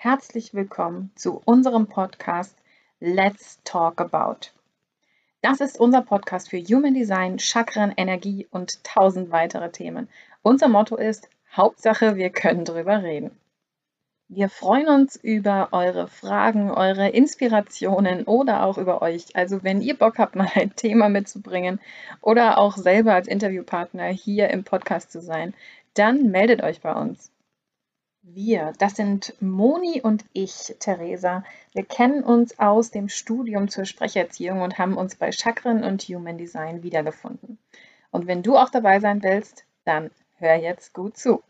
herzlich willkommen zu unserem Podcast Let's Talk About. Das ist unser Podcast für Human Design, Chakren, Energie und 1000 weitere Themen. Unser Motto ist: Hauptsache, wir können drüber reden. Wir freuen uns über eure Fragen, eure Inspirationen oder auch über euch. Also wenn ihr Bock habt, mal ein Thema mitzubringen oder auch selber als Interviewpartner hier im Podcast zu sein, dann meldet euch bei uns. Wir, das sind Moni und ich, Theresa. Wir kennen uns aus dem Studium zur Sprecherziehung und haben uns bei Chakren und Human Design wiedergefunden. Und wenn du auch dabei sein willst, dann hör jetzt gut zu.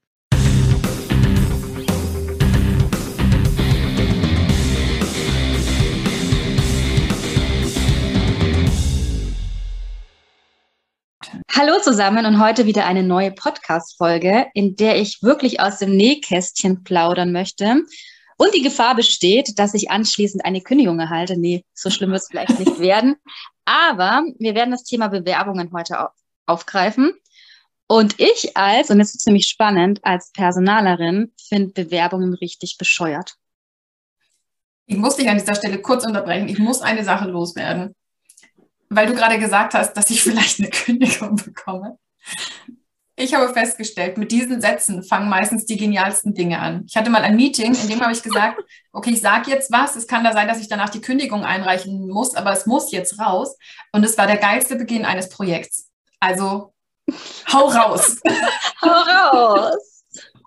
Hallo zusammen und heute wieder eine neue Podcast-Folge, in der ich wirklich aus dem Nähkästchen plaudern möchte. Und die Gefahr besteht, dass ich anschließend eine Kündigung erhalte. Nee, so schlimm wird es vielleicht nicht werden. Aber wir werden das Thema Bewerbungen heute aufgreifen. Und ich und jetzt ist es nämlich spannend, als Personalerin finde Bewerbungen richtig bescheuert. Ich muss dich an dieser Stelle kurz unterbrechen. Ich muss eine Sache loswerden. Weil du gerade gesagt hast, dass ich vielleicht eine Kündigung bekomme. Ich habe festgestellt, mit diesen Sätzen fangen meistens die genialsten Dinge an. Ich hatte mal ein Meeting, in dem habe ich gesagt, okay, ich sage jetzt was, es kann da sein, dass ich danach die Kündigung einreichen muss, aber es muss jetzt raus. Und es war der geilste Beginn eines Projekts. Also, hau raus. Hau raus.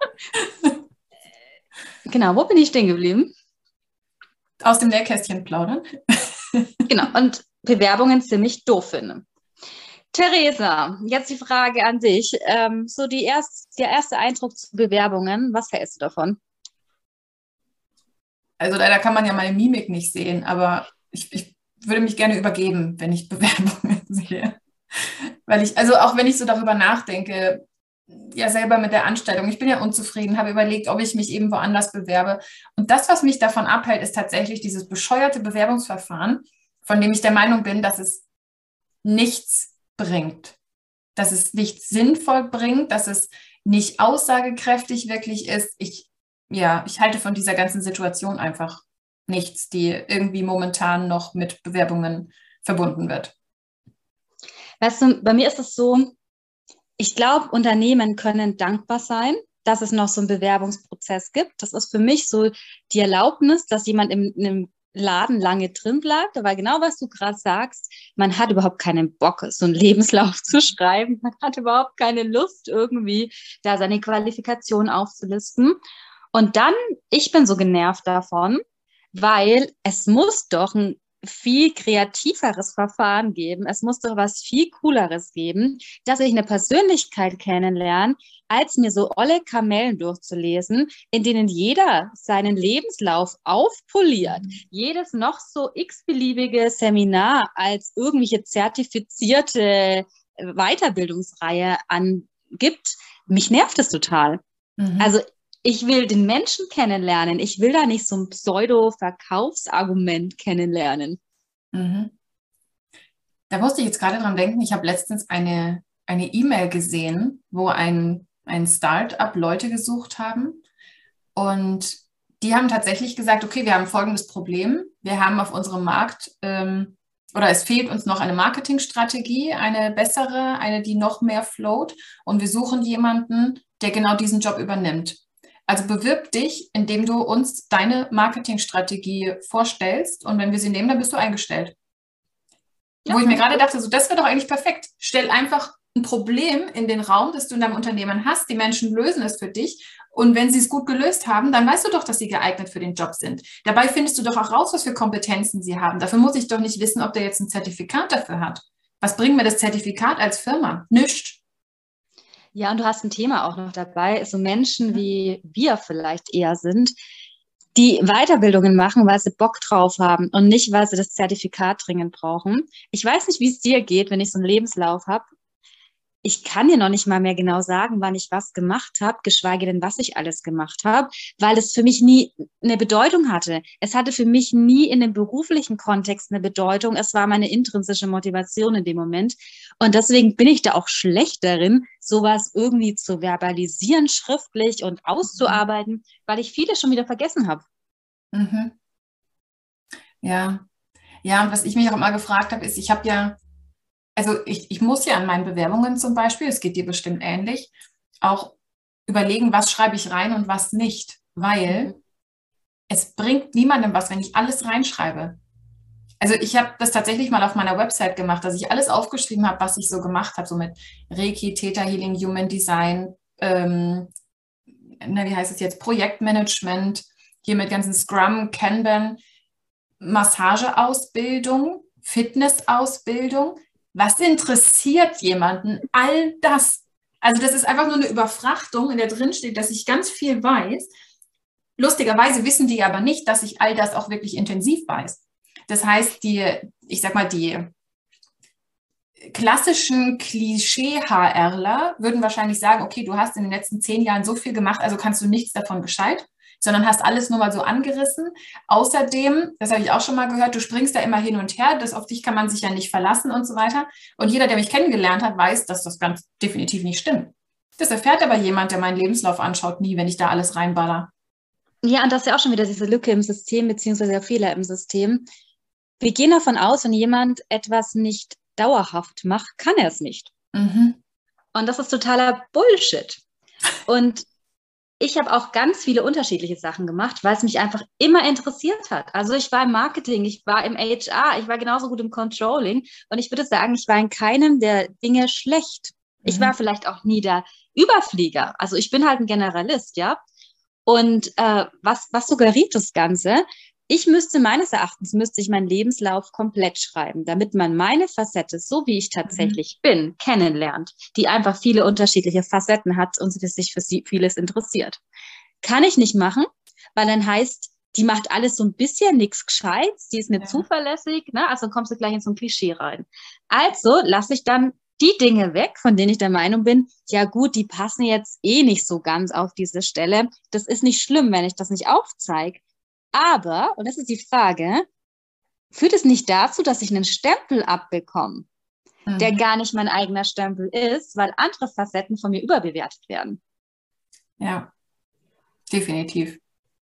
Genau, wo bin ich stehen geblieben? Aus dem Nähkästchen plaudern. Genau, und Bewerbungen ziemlich doof finde. Theresa, jetzt die Frage an dich. Der erste Eindruck zu Bewerbungen, was hältst du davon? Also leider kann man ja meine Mimik nicht sehen, aber ich würde mich gerne übergeben, wenn ich Bewerbungen sehe. Auch wenn ich so darüber nachdenke, ja selber mit der Anstellung, ich bin ja unzufrieden, habe überlegt, ob ich mich eben woanders bewerbe. Und das, was mich davon abhält, ist tatsächlich dieses bescheuerte Bewerbungsverfahren, von dem ich der Meinung bin, dass es nichts bringt, dass es nicht sinnvoll bringt, dass es nicht aussagekräftig wirklich ist. Ich halte von dieser ganzen Situation einfach nichts, die irgendwie momentan noch mit Bewerbungen verbunden wird. Weißt du, bei mir ist es so, ich glaube, Unternehmen können dankbar sein, dass es noch so einen Bewerbungsprozess gibt. Das ist für mich so die Erlaubnis, dass jemand in einem Laden lange drin bleibt, aber genau, was du gerade sagst, man hat überhaupt keinen Bock, so einen Lebenslauf zu schreiben, man hat überhaupt keine Lust, irgendwie da seine Qualifikation aufzulisten. Und dann, ich bin so genervt davon, weil es muss doch ein viel kreativeres Verfahren geben, es muss doch was viel Cooleres geben, dass ich eine Persönlichkeit kennenlerne, als mir so olle Kamellen durchzulesen, in denen jeder seinen Lebenslauf aufpoliert, jedes noch so x-beliebige Seminar als irgendwelche zertifizierte Weiterbildungsreihe angibt. Mich nervt das total. Also ich will den Menschen kennenlernen. Ich will da nicht so ein Pseudo-Verkaufsargument kennenlernen. Da musste ich jetzt gerade dran denken, ich habe letztens eine E-Mail gesehen, wo ein Start-up Leute gesucht haben. Und die haben tatsächlich gesagt, okay, wir haben folgendes Problem. Wir haben auf unserem Markt, es fehlt uns noch eine Marketingstrategie, eine bessere, eine, die noch mehr float. Und wir suchen jemanden, der genau diesen Job übernimmt. Also bewirb dich, indem du uns deine Marketingstrategie vorstellst, und wenn wir sie nehmen, dann bist du eingestellt. Ja. Wo ich mir gerade dachte, so, das wäre doch eigentlich perfekt. Stell einfach ein Problem in den Raum, das du in deinem Unternehmen hast. Die Menschen lösen es für dich. Und wenn sie es gut gelöst haben, dann weißt du doch, dass sie geeignet für den Job sind. Dabei findest du doch auch raus, was für Kompetenzen sie haben. Dafür muss ich doch nicht wissen, ob der jetzt ein Zertifikat dafür hat. Was bringt mir das Zertifikat als Firma? Nichts. Ja, und du hast ein Thema auch noch dabei, so Menschen wie wir vielleicht eher sind, die Weiterbildungen machen, weil sie Bock drauf haben und nicht, weil sie das Zertifikat dringend brauchen. Ich weiß nicht, wie es dir geht, wenn ich so einen Lebenslauf habe. ich kann dir noch nicht mal mehr genau sagen, wann ich was gemacht habe, geschweige denn, was ich alles gemacht habe, weil es für mich nie eine Bedeutung hatte. Es hatte für mich nie in dem beruflichen Kontext eine Bedeutung. Es war meine intrinsische Motivation in dem Moment. Und deswegen bin ich da auch schlecht darin, sowas irgendwie zu verbalisieren, schriftlich und auszuarbeiten, weil ich vieles schon wieder vergessen habe. Mhm. Ja. Ja, und was ich mich auch immer gefragt habe, ist, ich habe ja, also ich muss ja an meinen Bewerbungen zum Beispiel, es geht dir bestimmt ähnlich, auch überlegen, was schreibe ich rein und was nicht, weil es bringt niemandem was, wenn ich alles reinschreibe. Also ich habe das tatsächlich mal auf meiner Website gemacht, dass ich alles aufgeschrieben habe, was ich so gemacht habe, so mit Reiki, Theta Healing, Human Design, wie heißt es jetzt, Projektmanagement, hier mit ganzen Scrum, Kanban, Massageausbildung, Fitnessausbildung. Was interessiert jemanden all das? Also das ist einfach nur eine Überfrachtung, in der drin steht, dass ich ganz viel weiß. Lustigerweise wissen die aber nicht, dass ich all das auch wirklich intensiv weiß. Das heißt, ich sag mal, die klassischen Klischee-HRler würden wahrscheinlich sagen, okay, du hast in den letzten 10 Jahren so viel gemacht, also kannst du nichts davon gescheit, sondern hast alles nur mal so angerissen. Außerdem, das habe ich auch schon mal gehört, du springst da immer hin und her, auf dich kann man sich ja nicht verlassen und so weiter. Und jeder, der mich kennengelernt hat, weiß, dass das ganz definitiv nicht stimmt. Das erfährt aber jemand, der meinen Lebenslauf anschaut, nie, wenn ich da alles reinballer. Ja, und das ist ja auch schon wieder diese Lücke im System, beziehungsweise der Fehler im System. Wir gehen davon aus, wenn jemand etwas nicht dauerhaft macht, kann er es nicht. Mhm. Und das ist totaler Bullshit. Und ich habe auch ganz viele unterschiedliche Sachen gemacht, weil es mich einfach immer interessiert hat. Also ich war im Marketing, ich war im HR, ich war genauso gut im Controlling. Und ich würde sagen, ich war in keinem der Dinge schlecht. Ich war vielleicht auch nie der Überflieger. Also ich bin halt ein Generalist, ja. Und was suggeriert das Ganze? Meines Erachtens müsste ich meinen Lebenslauf komplett schreiben, damit man meine Facette, so wie ich tatsächlich bin, kennenlernt, die einfach viele unterschiedliche Facetten hat und sich für vieles interessiert. Kann ich nicht machen, weil dann heißt, die macht alles so ein bisschen nichts Gescheites, die ist nicht zuverlässig, ne? Also kommst du gleich in so ein Klischee rein. Also lasse ich dann die Dinge weg, von denen ich der Meinung bin, ja gut, die passen jetzt eh nicht so ganz auf diese Stelle. Das ist nicht schlimm, wenn ich das nicht aufzeige. Aber, und das ist die Frage, führt es nicht dazu, dass ich einen Stempel abbekomme, der gar nicht mein eigener Stempel ist, weil andere Facetten von mir überbewertet werden? Ja, definitiv.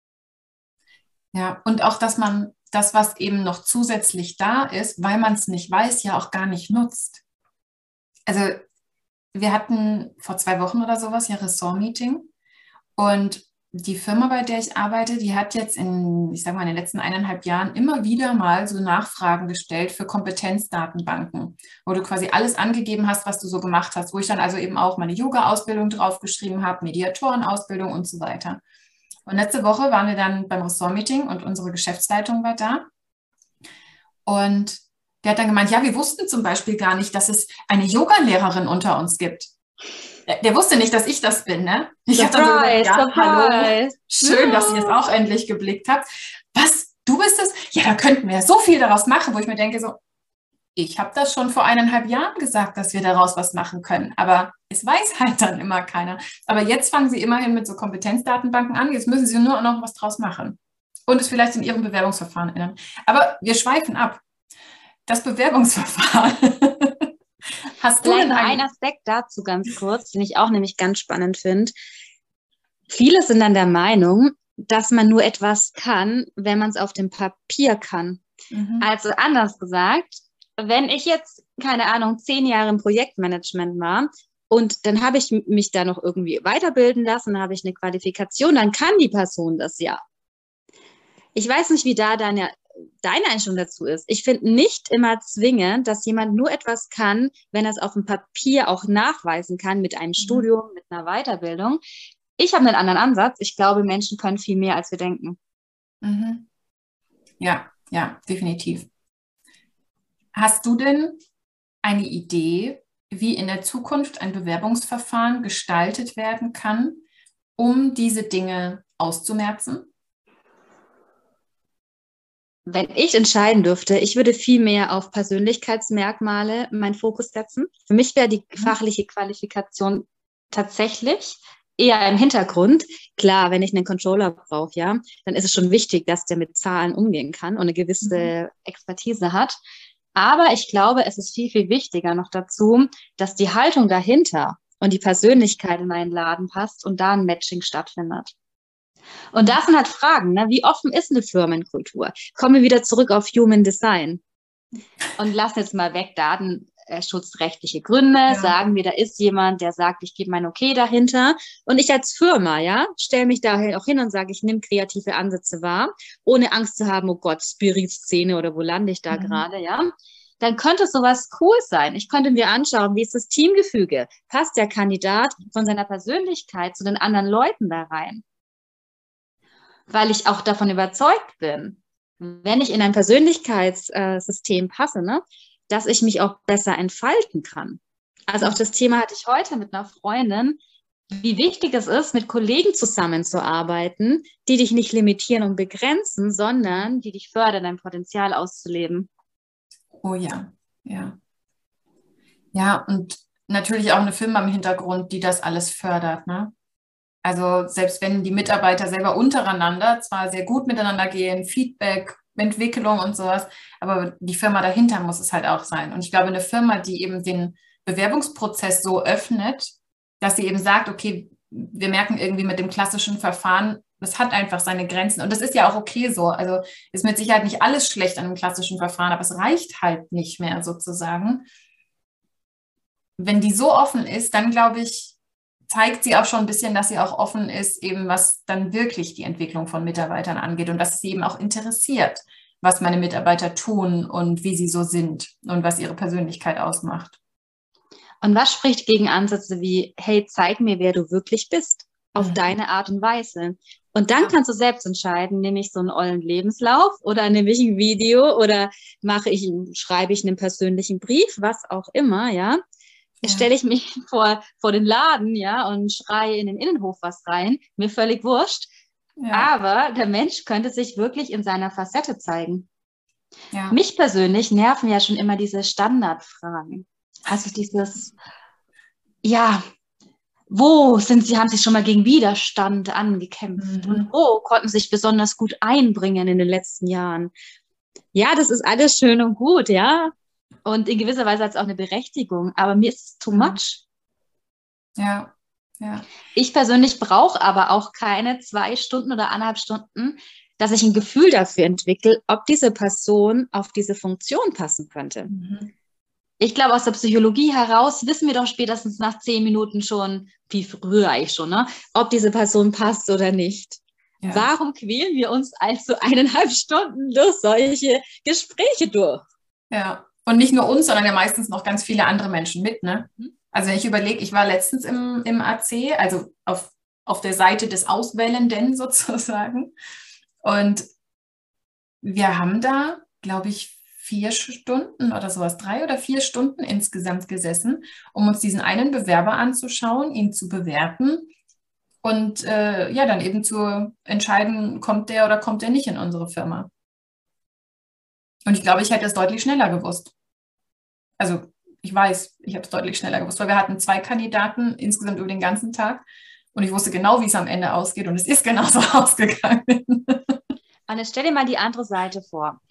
Ja, und auch, dass man das, was eben noch zusätzlich da ist, weil man es nicht weiß, ja auch gar nicht nutzt. Also wir hatten vor 2 Wochen oder sowas ja Ressort-Meeting und die Firma, bei der ich arbeite, die hat jetzt ich sag mal, in den letzten 1,5 Jahren immer wieder mal so Nachfragen gestellt für Kompetenzdatenbanken, wo du quasi alles angegeben hast, was du so gemacht hast, wo ich dann also eben auch meine Yoga-Ausbildung draufgeschrieben habe, Mediatoren-Ausbildung und so weiter. Und letzte Woche waren wir dann beim Ressort-Meeting und unsere Geschäftsleitung war da. Und der hat dann gemeint, ja, wir wussten zum Beispiel gar nicht, dass es eine Yoga-Lehrerin unter uns gibt. Der wusste nicht, dass ich das bin, ne? Ich habe dann so gesagt, ja, hallo, schön, dass ihr es auch endlich geblickt habt. Was, du bist es? Ja, da könnten wir so viel daraus machen, wo ich mir denke, so, ich habe das schon vor 1,5 Jahren gesagt, dass wir daraus was machen können, aber es weiß halt dann immer keiner. Aber jetzt fangen sie immerhin mit so Kompetenzdatenbanken an, jetzt müssen sie nur noch was draus machen und es vielleicht in ihrem Bewerbungsverfahren ändern. Aber wir schweifen ab. Das Bewerbungsverfahren. Hast du Vielleicht noch ein Aspekt dazu ganz kurz, den ich auch nämlich ganz spannend finde. Viele sind dann der Meinung, dass man nur etwas kann, wenn man es auf dem Papier kann. Also anders gesagt, wenn ich jetzt, keine Ahnung, 10 Jahre im Projektmanagement war und dann habe ich mich da noch irgendwie weiterbilden lassen, dann habe ich eine Qualifikation, dann kann die Person das ja. Ich weiß nicht, wie da deine Einstellung dazu ist. Ich finde nicht immer zwingend, dass jemand nur etwas kann, wenn er es auf dem Papier auch nachweisen kann mit einem Studium, mit einer Weiterbildung. Ich habe einen anderen Ansatz. Ich glaube, Menschen können viel mehr, als wir denken. Ja, definitiv. Hast du denn eine Idee, wie in der Zukunft ein Bewerbungsverfahren gestaltet werden kann, um diese Dinge auszumerzen? Wenn ich entscheiden dürfte, ich würde viel mehr auf Persönlichkeitsmerkmale meinen Fokus setzen. Für mich wäre die fachliche Qualifikation tatsächlich eher im Hintergrund. Klar, wenn ich einen Controller brauche, ja, dann ist es schon wichtig, dass der mit Zahlen umgehen kann und eine gewisse Expertise hat. Aber ich glaube, es ist viel, viel wichtiger noch dazu, dass die Haltung dahinter und die Persönlichkeit in meinen Laden passt und da ein Matching stattfindet. Und das sind halt Fragen, ne? Wie offen ist eine Firmenkultur? Kommen wir wieder zurück auf Human Design und lassen jetzt mal weg datenschutzrechtliche Gründe, sagen wir, da ist jemand, der sagt, ich gebe mein Okay dahinter und ich als Firma, ja, stelle mich da auch hin und sage, ich nehme kreative Ansätze wahr, ohne Angst zu haben, oh Gott, Spirit-Szene oder wo lande ich da gerade, ja. Dann könnte sowas cool sein. Ich könnte mir anschauen, wie ist das Teamgefüge? Passt der Kandidat von seiner Persönlichkeit zu den anderen Leuten da rein? Weil ich auch davon überzeugt bin, wenn ich in ein Persönlichkeitssystem passe, ne, dass ich mich auch besser entfalten kann. Also auf das Thema hatte ich heute mit einer Freundin, wie wichtig es ist, mit Kollegen zusammenzuarbeiten, die dich nicht limitieren und begrenzen, sondern die dich fördern, dein Potenzial auszuleben. Oh ja, ja. Ja, und natürlich auch eine Firma im Hintergrund, die das alles fördert, ne? Also selbst wenn die Mitarbeiter selber untereinander zwar sehr gut miteinander gehen, Feedback, Entwicklung und sowas, aber die Firma dahinter muss es halt auch sein. Und ich glaube, eine Firma, die eben den Bewerbungsprozess so öffnet, dass sie eben sagt, okay, wir merken irgendwie mit dem klassischen Verfahren, das hat einfach seine Grenzen. Und das ist ja auch okay so. Also ist mit Sicherheit nicht alles schlecht an dem klassischen Verfahren, aber es reicht halt nicht mehr sozusagen. Wenn die so offen ist, dann glaube ich, zeigt sie auch schon ein bisschen, dass sie auch offen ist, eben was dann wirklich die Entwicklung von Mitarbeitern angeht und dass es sie eben auch interessiert, was meine Mitarbeiter tun und wie sie so sind und was ihre Persönlichkeit ausmacht. Und was spricht gegen Ansätze wie, hey, zeig mir, wer du wirklich bist, auf deine Art und Weise. Und dann kannst du selbst entscheiden, nehme ich so einen ollen Lebenslauf oder nehme ich ein Video oder schreibe ich einen persönlichen Brief, was auch immer, ja. Stelle ich mich vor den Laden, ja, und schreie in den Innenhof was rein, mir völlig wurscht. Ja. Aber der Mensch könnte sich wirklich in seiner Facette zeigen. Ja. Mich persönlich nerven ja schon immer diese Standardfragen. Also dieses, ja, haben sie schon mal gegen Widerstand angekämpft? Und wo konnten sie sich besonders gut einbringen in den letzten Jahren? Ja, das ist alles schön und gut, ja. Und in gewisser Weise hat es auch eine Berechtigung, aber mir ist es too much. Ja, ja. Ich persönlich brauche aber auch keine 2 Stunden oder 1,5 Stunden, dass ich ein Gefühl dafür entwickle, ob diese Person auf diese Funktion passen könnte. Ich glaube, aus der Psychologie heraus wissen wir doch spätestens nach 10 Minuten schon, wie früher eigentlich schon, ne, ob diese Person passt oder nicht. Ja. Warum quälen wir uns also 1,5 Stunden durch solche Gespräche durch? Ja. Und nicht nur uns, sondern ja meistens noch ganz viele andere Menschen mit, ne? Also wenn ich überlege, ich war letztens im AC, also auf der Seite des Auswählenden sozusagen. Und wir haben da, glaube ich, 4 Stunden oder sowas, 3 oder 4 Stunden insgesamt gesessen, um uns diesen einen Bewerber anzuschauen, ihn zu bewerten und dann eben zu entscheiden, kommt der oder kommt der nicht in unsere Firma. Und ich glaube, ich hätte es deutlich schneller gewusst. Also ich weiß, ich habe es deutlich schneller gewusst, weil wir hatten 2 Kandidaten insgesamt über den ganzen Tag und ich wusste genau, wie es am Ende ausgeht und es ist genauso ausgegangen. Und jetzt stell dir mal die andere Seite vor.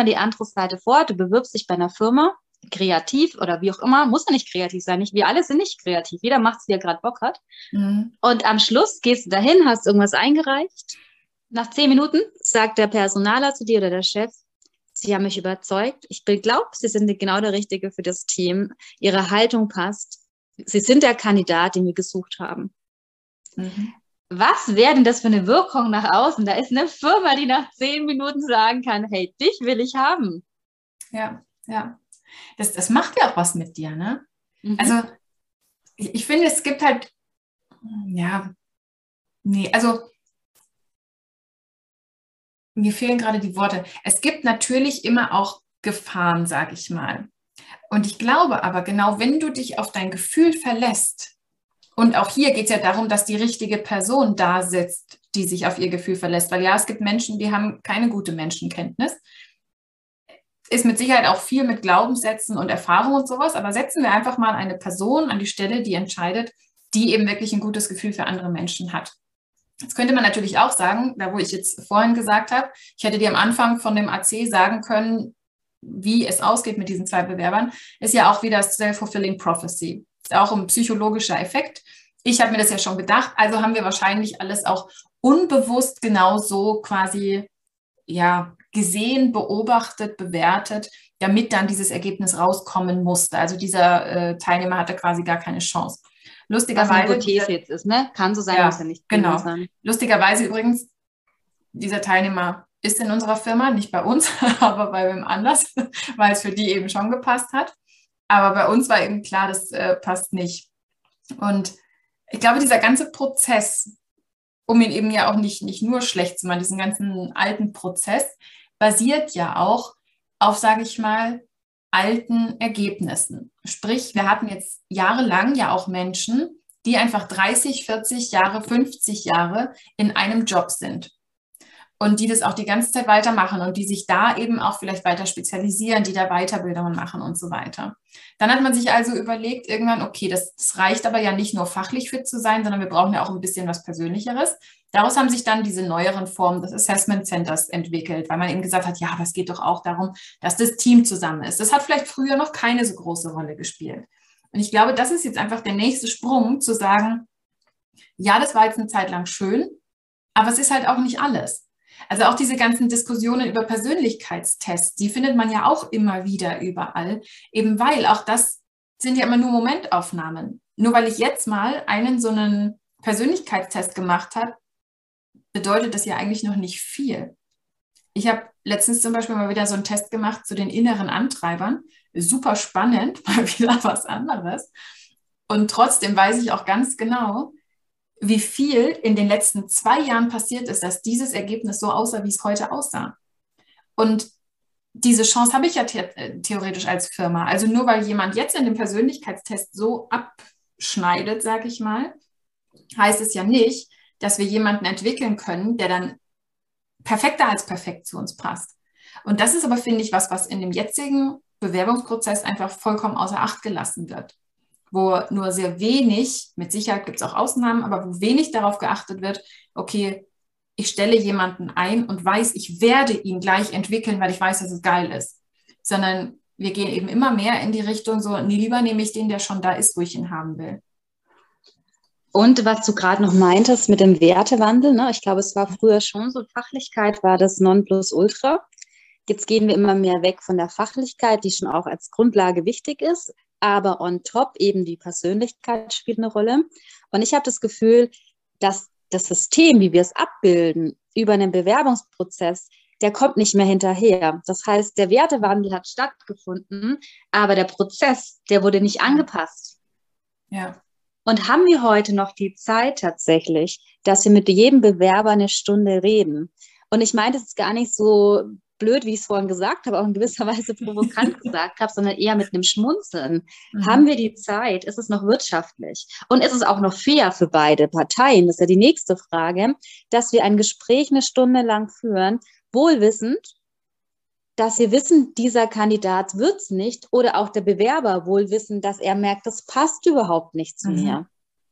Du bewirbst dich bei einer Firma, kreativ oder wie auch immer, muss ja nicht kreativ sein. Wir alle sind nicht kreativ. Jeder macht es, wie er gerade Bock hat. Und am Schluss gehst du dahin, hast irgendwas eingereicht. Nach 10 Minuten sagt der Personaler zu dir oder der Chef, Sie haben mich überzeugt. Ich glaube, Sie sind genau der Richtige für das Team. Ihre Haltung passt. Sie sind der Kandidat, den wir gesucht haben. Was wäre denn das für eine Wirkung nach außen? Da ist eine Firma, die nach 10 Minuten sagen kann, hey, dich will ich haben. Ja, ja. Das macht ja auch was mit dir, ne? Also ich finde, es gibt halt, mir fehlen gerade die Worte. Es gibt natürlich immer auch Gefahren, sage ich mal. Und ich glaube aber genau, wenn du dich auf dein Gefühl verlässt, und auch hier geht es ja darum, dass die richtige Person da sitzt, die sich auf ihr Gefühl verlässt. Weil ja, es gibt Menschen, die haben keine gute Menschenkenntnis. ist mit Sicherheit auch viel mit Glaubenssätzen und Erfahrung und sowas, aber setzen wir einfach mal eine Person an die Stelle, die entscheidet, die eben wirklich ein gutes Gefühl für andere Menschen hat. Jetzt könnte man natürlich auch sagen, da wo ich jetzt vorhin gesagt habe, ich hätte dir am Anfang von dem AC sagen können, wie es ausgeht mit diesen 2 Bewerbern, ist ja auch wieder Self-Fulfilling Prophecy. Ist auch ein psychologischer Effekt. Ich habe mir das ja schon gedacht, also haben wir wahrscheinlich alles auch unbewusst genau so quasi gesehen, beobachtet, bewertet, damit dann dieses Ergebnis rauskommen musste. Also dieser Teilnehmer hatte quasi gar keine Chance. Lustigerweise, was eine Hypothese jetzt ist, ne? Kann so sein, muss ja nicht genau sein. Lustigerweise übrigens, dieser Teilnehmer ist in unserer Firma, nicht bei uns, aber bei wem anders, weil es für die eben schon gepasst hat. Aber bei uns war eben klar, das passt nicht. Und ich glaube, dieser ganze Prozess, um ihn eben ja auch nicht nur schlecht zu machen, diesen ganzen alten Prozess, basiert ja auch auf, sage ich mal, alten Ergebnissen. Sprich, wir hatten jetzt jahrelang ja auch Menschen, die einfach 30, 40 Jahre, 50 Jahre in einem Job sind und die das auch die ganze Zeit weitermachen und die sich da eben auch vielleicht weiter spezialisieren, die da Weiterbildungen machen und so weiter. Dann hat man sich also überlegt irgendwann, okay, das reicht aber ja nicht nur fachlich fit zu sein, sondern wir brauchen ja auch ein bisschen was Persönlicheres. Daraus haben sich dann diese neueren Formen des Assessment Centers entwickelt, weil man eben gesagt hat, ja, aber es geht doch auch darum, dass das Team zusammen ist. Das hat vielleicht früher noch keine so große Rolle gespielt. Und ich glaube, das ist jetzt einfach der nächste Sprung, zu sagen, ja, das war jetzt eine Zeit lang schön, aber es ist halt auch nicht alles. Also auch diese ganzen Diskussionen über Persönlichkeitstests, die findet man ja auch immer wieder überall, eben weil auch das sind ja immer nur Momentaufnahmen. Nur weil ich jetzt mal einen so einen Persönlichkeitstest gemacht habe, bedeutet das ja eigentlich noch nicht viel. Ich habe letztens zum Beispiel mal wieder so einen Test gemacht zu den inneren Antreibern. Super spannend, mal wieder was anderes. Und trotzdem weiß ich auch ganz genau, wie viel in den letzten 2 Jahren passiert ist, dass dieses Ergebnis so aussah, wie es heute aussah. Und diese Chance habe ich ja theoretisch als Firma. Also nur weil jemand jetzt in dem Persönlichkeitstest so abschneidet, sage ich mal, heißt es ja nicht, dass wir jemanden entwickeln können, der dann perfekter als perfekt zu uns passt. Und das ist aber, finde ich, was in dem jetzigen Bewerbungsprozess einfach vollkommen außer Acht gelassen wird. Wo nur sehr wenig, mit Sicherheit gibt es auch Ausnahmen, aber wo wenig darauf geachtet wird, okay, ich stelle jemanden ein und weiß, ich werde ihn gleich entwickeln, weil ich weiß, dass es geil ist. Sondern wir gehen eben immer mehr in die Richtung so, nee, lieber nehme ich den, der schon da ist, wo ich ihn haben will. Und was du gerade noch meintest mit dem Wertewandel, ne? Ich glaube, es war früher schon so, Fachlichkeit war das Nonplusultra. Jetzt gehen wir immer mehr weg von der Fachlichkeit, die schon auch als Grundlage wichtig ist, aber on top eben die Persönlichkeit spielt eine Rolle. Und ich habe das Gefühl, dass das System, wie wir es abbilden, über einen Bewerbungsprozess, der kommt nicht mehr hinterher. Das heißt, der Wertewandel hat stattgefunden, aber der Prozess, der wurde nicht angepasst. Ja. Und haben wir heute noch die Zeit tatsächlich, dass wir mit jedem Bewerber eine Stunde reden? Und ich meine, das ist gar nicht so blöd, wie ich es vorhin gesagt habe, auch in gewisser Weise provokant gesagt habe, sondern eher mit einem Schmunzeln. Haben wir die Zeit? Ist es noch wirtschaftlich? Und ist es auch noch fair für beide Parteien? Das ist ja die nächste Frage, dass wir ein Gespräch eine Stunde lang führen, wohlwissend, dass wir wissen, dieser Kandidat wird es nicht, oder auch der Bewerber wohlwissend, dass er merkt, das passt überhaupt nicht zu mir.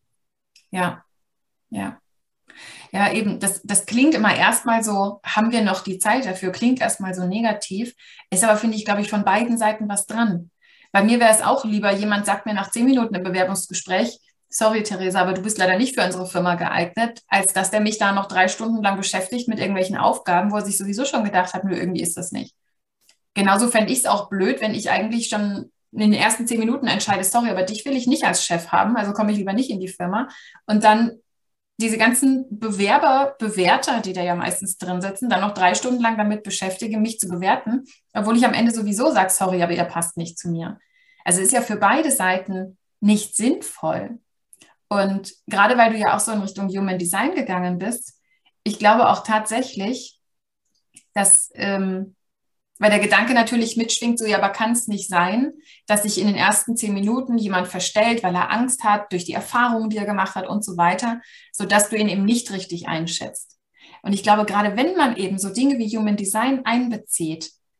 Ja, ja. Ja, eben, das klingt immer erstmal so, haben wir noch die Zeit dafür, klingt erstmal so negativ, ist aber, finde ich, glaube ich, von beiden Seiten was dran. Bei mir wäre es auch lieber, jemand sagt mir nach 10 Minuten im Bewerbungsgespräch, sorry, Theresa, aber du bist leider nicht für unsere Firma geeignet, als dass der mich da noch 3 Stunden lang beschäftigt mit irgendwelchen Aufgaben, wo er sich sowieso schon gedacht hat, nö, irgendwie ist das nicht. Genauso fände ich es auch blöd, wenn ich eigentlich schon in den ersten 10 Minuten entscheide, sorry, aber dich will ich nicht als Chef haben, also komme ich lieber nicht in die Firma. Und dann diese ganzen Bewerber, die da ja meistens drin sitzen, dann noch 3 Stunden lang damit beschäftige, mich zu bewerten, obwohl ich am Ende sowieso sage, sorry, aber ihr passt nicht zu mir. Also ist ja für beide Seiten nicht sinnvoll. Und gerade weil du ja auch so in Richtung Human Design gegangen bist, ich glaube auch tatsächlich, dass weil der Gedanke natürlich mitschwingt, so, ja, aber kann es nicht sein, dass sich in den ersten 10 Minuten jemand verstellt, weil er Angst hat, durch die Erfahrungen, die er gemacht hat und so weiter, sodass du ihn eben nicht richtig einschätzt. Und ich glaube, gerade wenn man eben so Dinge wie Human Design einbezieht,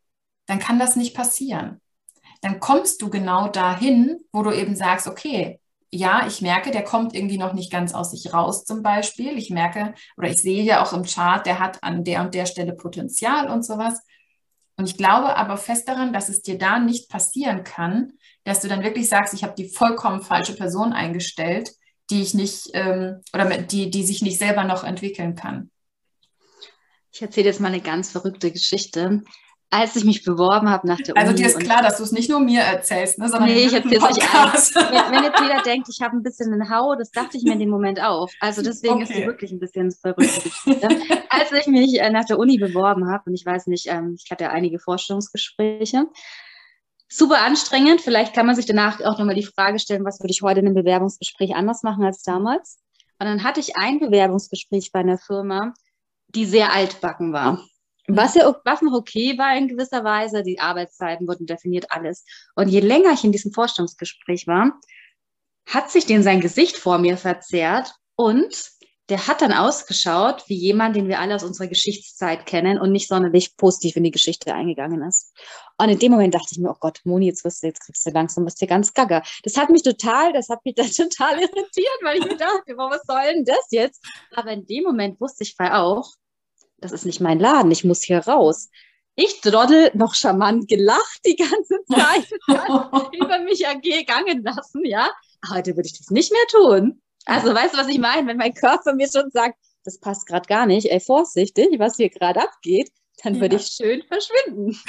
dann kann das nicht passieren. Dann kommst du genau dahin, wo du eben sagst, okay, ja, ich merke, der kommt irgendwie noch nicht ganz aus sich raus zum Beispiel. Ich merke oder ich sehe ja auch im Chart, der hat an der und der Stelle Potenzial und sowas. Und ich glaube aber fest daran, dass es dir da nicht passieren kann, dass du dann wirklich sagst, ich habe die vollkommen falsche Person eingestellt, die ich nicht die sich nicht selber noch entwickeln kann. Ich erzähle jetzt mal eine ganz verrückte Geschichte. Als ich mich beworben habe nach der Uni. Also dir ist klar, dass du es nicht nur mir erzählst, ne, sondern nee, ich erzähle es euch allen. Wenn jetzt jeder denkt, ich habe ein bisschen einen Hau, das dachte ich mir in dem Moment auch. Also deswegen ist es wirklich ein bisschen verrückte Geschichte. Als ich mich nach der Uni beworben habe, und ich weiß nicht, ich hatte ja einige Vorstellungsgespräche, super anstrengend. Vielleicht kann man sich danach auch nochmal die Frage stellen, was würde ich heute in einem Bewerbungsgespräch anders machen als damals? Und dann hatte ich ein Bewerbungsgespräch bei einer Firma, die sehr altbacken war. Was noch okay war in gewisser Weise, die Arbeitszeiten wurden definiert, alles. Und je länger ich in diesem Vorstellungsgespräch war, hat sich sein Gesicht vor mir verzerrt und der hat dann ausgeschaut wie jemand, den wir alle aus unserer Geschichtszeit kennen und nicht sonderlich positiv in die Geschichte eingegangen ist. Und in dem Moment dachte ich mir, oh Gott, Moni, jetzt kriegst du langsam, bist du ganz gaga. Das hat mich dann total irritiert, weil ich mir dachte, was soll denn das jetzt? Aber in dem Moment wusste ich auch, das ist nicht mein Laden, ich muss hier raus. Ich Trottel noch charmant gelacht die ganze Zeit, über mich gegangen lassen, ja. Heute würde ich das nicht mehr tun. Also weißt du, was ich meine? Wenn mein Körper mir schon sagt, das passt gerade gar nicht, ey, vorsichtig, was hier gerade abgeht, dann würde ich schön verschwinden.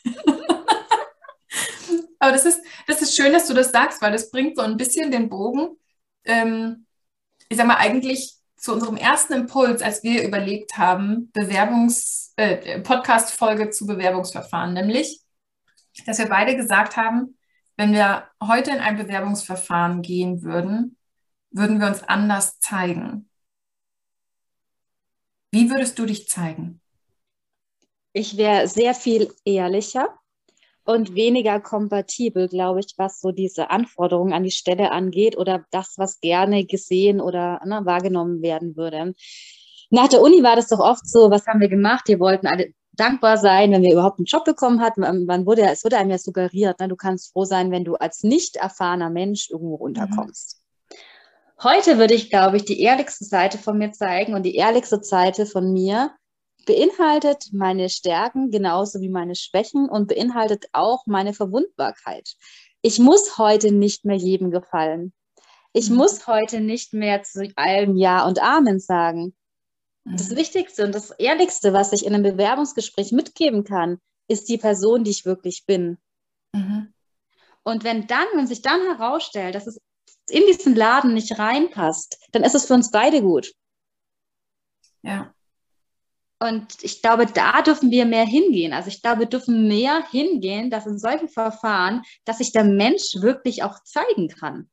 Aber das ist schön, dass du das sagst, weil das bringt so ein bisschen den Bogen, ich sag mal, eigentlich zu unserem ersten Impuls, als wir überlegt haben, Podcast-Folge zu Bewerbungsverfahren, nämlich, dass wir beide gesagt haben, wenn wir heute in ein Bewerbungsverfahren gehen würden wir uns anders zeigen. Wie würdest du dich zeigen? Ich wäre sehr viel ehrlicher und weniger kompatibel, glaube ich, was so diese Anforderungen an die Stelle angeht oder das, was gerne gesehen oder wahrgenommen werden würde. Nach der Uni war das doch oft so, was haben wir gemacht? Wir wollten alle dankbar sein, wenn wir überhaupt einen Job bekommen hatten. Es wurde einem ja suggeriert, du kannst froh sein, wenn du als nicht erfahrener Mensch irgendwo runterkommst. Heute würde ich, glaube ich, die ehrlichste Seite von mir zeigen und die ehrlichste Seite von mir beinhaltet meine Stärken genauso wie meine Schwächen und beinhaltet auch meine Verwundbarkeit. Ich muss heute nicht mehr jedem gefallen. Ich muss heute nicht mehr zu allem Ja und Amen sagen. Das Wichtigste und das Ehrlichste, was ich in einem Bewerbungsgespräch mitgeben kann, ist die Person, die ich wirklich bin. Und wenn sich dann herausstellt, dass es in diesen Laden nicht reinpasst, dann ist es für uns beide gut. Ja. Und ich glaube, da dürfen wir mehr hingehen. Also ich glaube, wir dürfen mehr hingehen, dass in solchen Verfahren, dass sich der Mensch wirklich auch zeigen kann.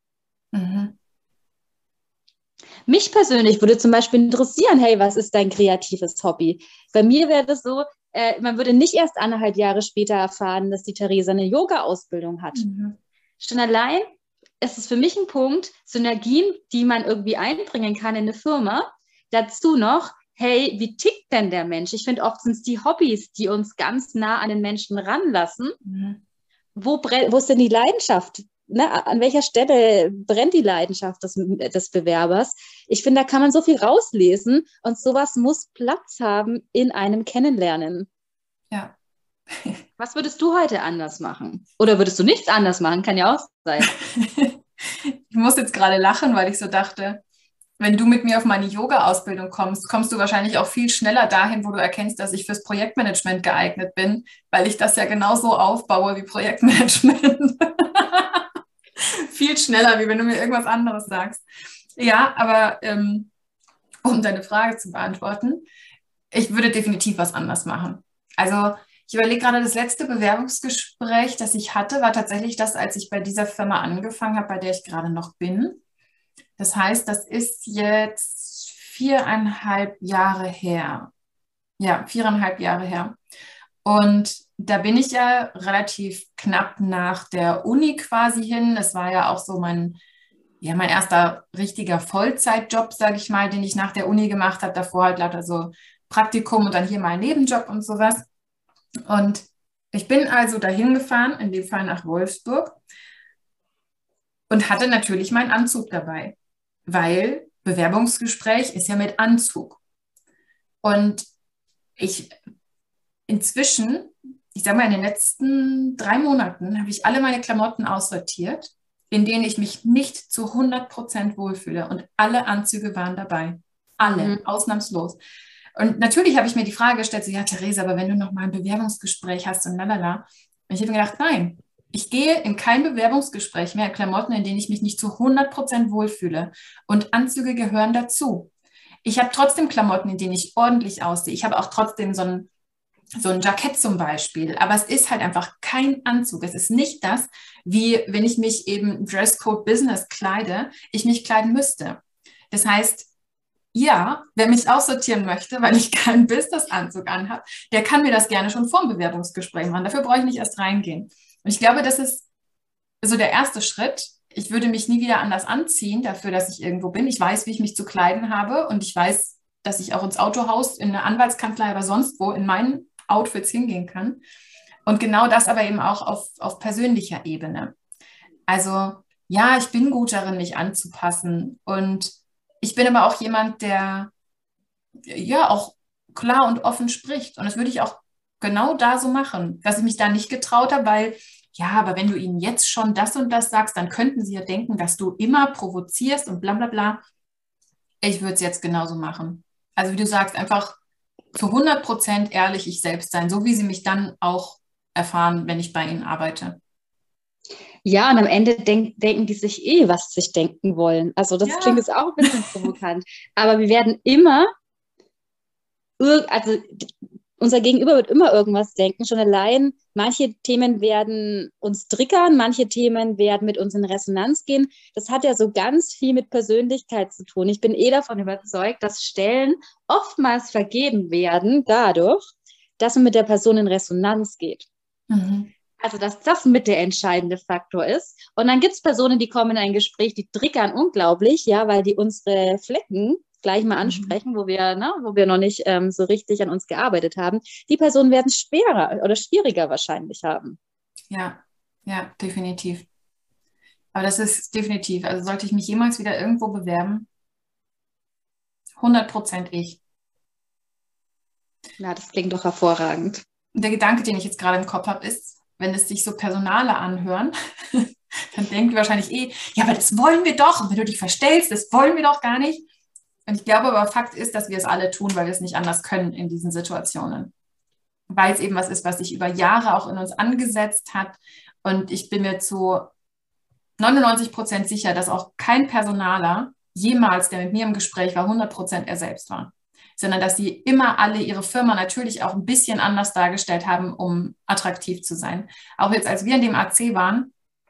Mich persönlich würde zum Beispiel interessieren, hey, was ist dein kreatives Hobby? Bei mir wäre das so, man würde nicht erst 1,5 Jahre später erfahren, dass die Theresa eine Yoga-Ausbildung hat. Schon allein ist es für mich ein Punkt, Synergien, die man irgendwie einbringen kann in eine Firma. Dazu noch, hey, wie tickt denn der Mensch? Ich finde, oft sind es die Hobbys, die uns ganz nah an den Menschen ranlassen. Wo ist denn die Leidenschaft? An welcher Stelle brennt die Leidenschaft des Bewerbers? Ich finde, da kann man so viel rauslesen und sowas muss Platz haben in einem Kennenlernen. Ja. Was würdest du heute anders machen? Oder würdest du nichts anders machen? Kann ja auch sein. Ich muss jetzt gerade lachen, weil ich so dachte, wenn du mit mir auf meine Yoga-Ausbildung kommst, kommst du wahrscheinlich auch viel schneller dahin, wo du erkennst, dass ich fürs Projektmanagement geeignet bin, weil ich das ja genauso aufbaue wie Projektmanagement. Viel schneller, wie wenn du mir irgendwas anderes sagst. Ja, aber um deine Frage zu beantworten, ich würde definitiv was anders machen. Also ich überlege gerade, das letzte Bewerbungsgespräch, das ich hatte, war tatsächlich das, als ich bei dieser Firma angefangen habe, bei der ich gerade noch bin. Das heißt, das ist jetzt 4,5 Jahre her. Ja, 4,5 Jahre her. Und da bin ich ja relativ knapp nach der Uni quasi hin. Das war ja auch so mein erster richtiger Vollzeitjob, sage ich mal, den ich nach der Uni gemacht habe. Davor halt lauter so Praktikum und dann hier mal ein Nebenjob und sowas. Und Ich bin also dahin gefahren, in dem Fall nach Wolfsburg, und hatte natürlich meinen Anzug dabei, weil Bewerbungsgespräch ist ja mit Anzug. Und inzwischen, ich sage mal, in den letzten 3 Monaten habe ich alle meine Klamotten aussortiert, in denen ich mich nicht zu 100% wohlfühle. Und alle Anzüge waren dabei. Alle, ausnahmslos. Und natürlich habe ich mir die Frage gestellt, so, ja, Therese, aber wenn du noch mal ein Bewerbungsgespräch hast und lalala. Und ich habe mir gedacht, nein, ich gehe in kein Bewerbungsgespräch mehr in Klamotten, in denen ich mich nicht zu 100% wohlfühle. Und Anzüge gehören dazu. Ich habe trotzdem Klamotten, in denen ich ordentlich aussehe. Ich habe auch trotzdem so ein Jackett zum Beispiel. Aber es ist halt einfach kein Anzug. Es ist nicht das, wie wenn ich mich eben Dresscode Business kleide, ich mich kleiden müsste. Das heißt, ja, wer mich aussortieren möchte, weil ich keinen Business-Anzug anhabe, der kann mir das gerne schon vor dem Bewerbungsgespräch machen. Dafür brauche ich nicht erst reingehen. Und ich glaube, das ist so der erste Schritt. Ich würde mich nie wieder anders anziehen dafür, dass ich irgendwo bin. Ich weiß, wie ich mich zu kleiden habe, und ich weiß, dass ich auch ins Autohaus, in eine Anwaltskanzlei oder sonst wo in meinen Outfits hingehen kann. Und genau das aber eben auch auf persönlicher Ebene. Also ja, ich bin gut darin, mich anzupassen, und ich bin aber auch jemand, der ja auch klar und offen spricht. Und das würde ich auch genau da so machen, dass ich mich da nicht getraut habe, weil, ja, aber wenn du ihnen jetzt schon das und das sagst, dann könnten sie ja denken, dass du immer provozierst und bla bla bla. Ich würde es jetzt genauso machen. Also wie du sagst, einfach zu 100% ehrlich ich selbst sein, so wie sie mich dann auch erfahren, wenn ich bei ihnen arbeite. Ja, und am Ende denken die sich was sie sich denken wollen. Also das Ja. klingt jetzt auch ein bisschen provokant. Aber wir werden immer, also unser Gegenüber wird immer irgendwas denken. Schon allein, manche Themen werden uns triggern, manche Themen werden mit uns in Resonanz gehen. Das hat ja so ganz viel mit Persönlichkeit zu tun. Ich bin davon überzeugt, dass Stellen oftmals vergeben werden dadurch, dass man mit der Person in Resonanz geht. Mhm. Also, dass das mit der entscheidende Faktor ist. Und dann gibt es Personen, die kommen in ein Gespräch, die triggern unglaublich, ja, weil die unsere Flecken gleich mal ansprechen, wo wir noch nicht so richtig an uns gearbeitet haben. Die Personen werden es schwerer oder schwieriger wahrscheinlich haben. Ja, definitiv. Aber das ist definitiv, also sollte ich mich jemals wieder irgendwo bewerben, 100% ich. Na, das klingt doch hervorragend. Der Gedanke, den ich jetzt gerade im Kopf habe, ist, wenn es sich so Personale anhören, dann denken die wahrscheinlich ja, aber das wollen wir doch. Und wenn du dich verstellst, das wollen wir doch gar nicht. Und ich glaube aber, Fakt ist, dass wir es alle tun, weil wir es nicht anders können in diesen Situationen. Weil es eben was ist, was sich über Jahre auch in uns angesetzt hat. Und ich bin mir zu 99% sicher, dass auch kein Personaler jemals, der mit mir im Gespräch war, 100% er selbst war. Sondern dass sie immer alle ihre Firma natürlich auch ein bisschen anders dargestellt haben, um attraktiv zu sein. Auch jetzt, als wir in dem AC waren,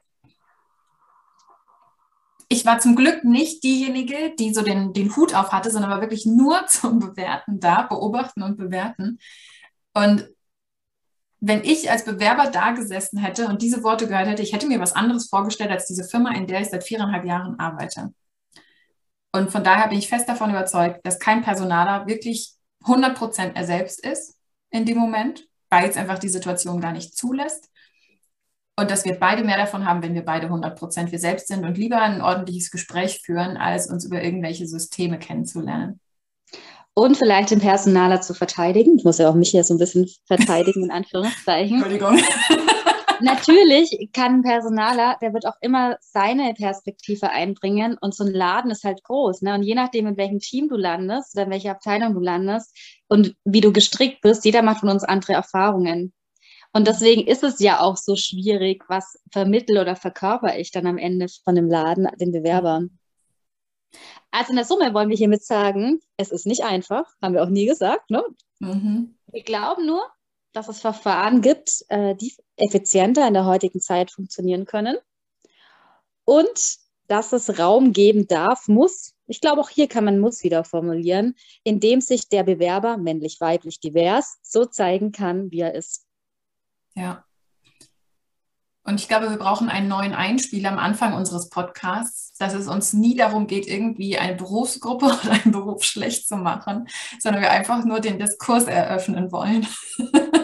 ich war zum Glück nicht diejenige, die so den Hut auf hatte, sondern war wirklich nur zum Bewerten da, beobachten und bewerten. Und wenn ich als Bewerber da gesessen hätte und diese Worte gehört hätte, ich hätte mir was anderes vorgestellt als diese Firma, in der ich seit 4,5 Jahren arbeite. Und von daher bin ich fest davon überzeugt, dass kein Personaler wirklich 100% er selbst ist in dem Moment, weil es einfach die Situation gar nicht zulässt. Und dass wir beide mehr davon haben, wenn wir beide 100% wir selbst sind und lieber ein ordentliches Gespräch führen, als uns über irgendwelche Systeme kennenzulernen. Und vielleicht den Personaler zu verteidigen. Ich muss ja auch mich hier so ein bisschen verteidigen, in Anführungszeichen. Entschuldigung. Natürlich kann ein Personaler, der wird auch immer seine Perspektive einbringen, und so ein Laden ist halt groß, ne? Und je nachdem, in welchem Team du landest oder in welcher Abteilung du landest und wie du gestrickt bist, jeder macht von uns andere Erfahrungen. Und deswegen ist es ja auch so schwierig, was vermittle oder verkörper ich dann am Ende von dem Laden den Bewerbern. Also in der Summe wollen wir hiermit sagen, es ist nicht einfach, haben wir auch nie gesagt, ne? Mhm. Wir glauben nur, dass es Verfahren gibt, die effizienter in der heutigen Zeit funktionieren können, und dass es Raum geben darf, muss. Ich glaube, auch hier kann man muss wieder formulieren, in dem sich der Bewerber, männlich, weiblich, divers, so zeigen kann, wie er ist. Ja. Und ich glaube, wir brauchen einen neuen Einspieler am Anfang unseres Podcasts, dass es uns nie darum geht, irgendwie eine Berufsgruppe oder einen Beruf schlecht zu machen, sondern wir einfach nur den Diskurs eröffnen wollen.